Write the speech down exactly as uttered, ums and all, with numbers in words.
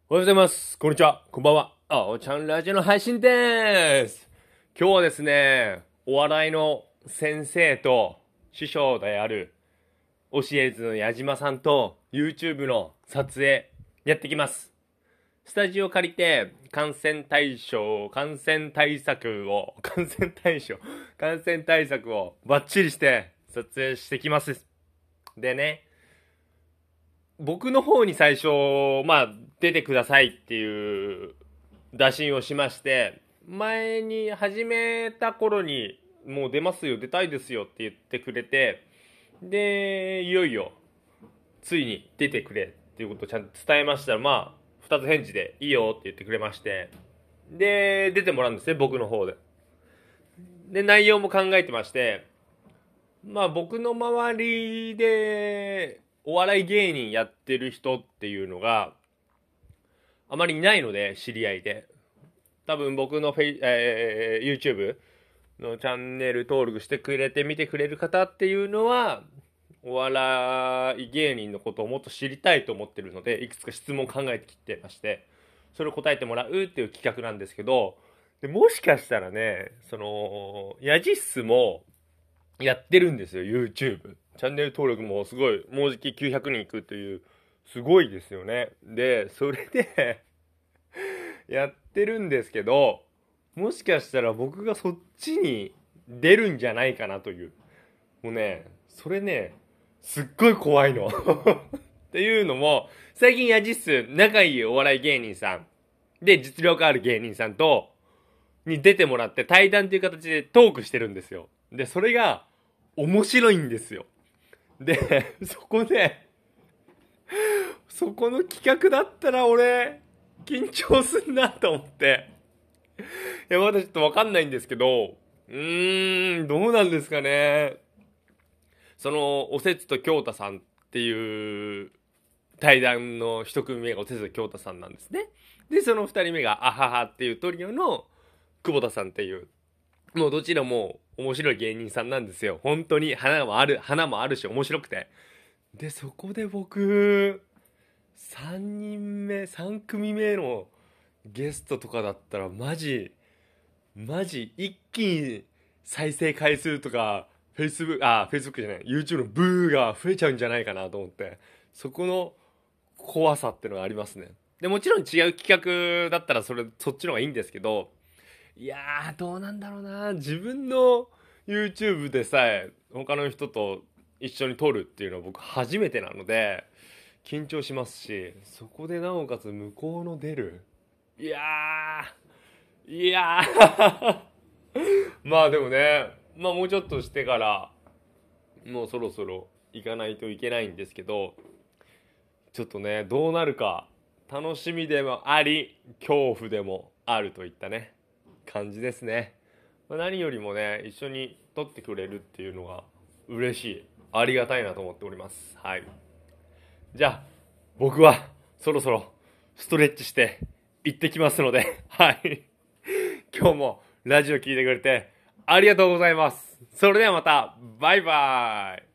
おはようございます。こんにちは。こんばんは。あおちゃんラジオの配信でーす。今日はですね、お笑いの先生と師匠である教えずの矢島さんと YouTube の撮影やってきます。スタジオ借りて感染対象、感染対策を、感染対象、感染対策をバッチリして撮影してきます。でね、僕の方に最初、まあ、出てくださいっていう打診をしまして、前に始めた頃に、もう出ますよ、出たいですよって言ってくれて、で、いよいよ、ついに出てくれっていうことをちゃんと伝えましたら、まあ、二つ返事でいいよって言ってくれまして、で、出てもらうんですね、僕の方で。で、内容も考えてまして、まあ僕の周りでお笑い芸人やってる人っていうのがあまりいないので、知り合いで。多分僕のフェイ、えー YouTube のチャンネル登録してくれて見てくれる方っていうのは、お笑い芸人のことをもっと知りたいと思ってるので、いくつか質問考えてきてまして、それを答えてもらうっていう企画なんですけど、でもしかしたらね、その、ヤジっすもやってるんですよ、YouTube。チャンネル登録もすごい、もうじききゅうひゃくにんいくという、すごいですよね。で、それでやってるんですけど、もしかしたら僕がそっちに出るんじゃないかなという。もうね、それね、すっごい怖いの。っていうのも、最近ヤジっす、仲いいお笑い芸人さん、で、実力ある芸人さんと、に出てもらって対談っていう形でトークしてるんですよ。で、それが面白いんですよ。で、そこで、そこの企画だったら俺、緊張すんなと思って。いや、まだちょっとわかんないんですけど、うーん、どうなんですかね。その、おせつと京太さんっていう対談の一組目がおせつと京太さんなんですね。で、その二人目がアハハっていうトリオの久保田さんっていう、もうどちらも面白い芸人さんなんですよ。本当に花もある、花もあるし面白くて。で、そこで僕、さんにんめ、さん組目のゲストとかだったらマジ、マジ一気に再生回数とか、Facebook、あ、Facebook じゃない、YouTube のブーが増えちゃうんじゃないかなと思って、そこの怖さってのがありますね。で、もちろん違う企画だったらそれ、そっちの方がいいんですけど、いやー、どうなんだろうな。自分の YouTube でさえ他の人と一緒に撮るっていうのは僕初めてなので、緊張しますし、そこでなおかつ向こうの出る。いやー、いやーまあでもね、まあもうちょっとしてから、もうそろそろ行かないといけないんですけど、ちょっとね、どうなるか、楽しみでもあり、恐怖でもあるといったね、感じですね。まあ何よりもね、一緒に撮ってくれるっていうのが嬉しい、ありがたいなと思っております。はい。じゃあ、僕はそろそろストレッチして行ってきますので、はい。今日もラジオ聞いてくれてありがとうございます。それではまた、バイバイ。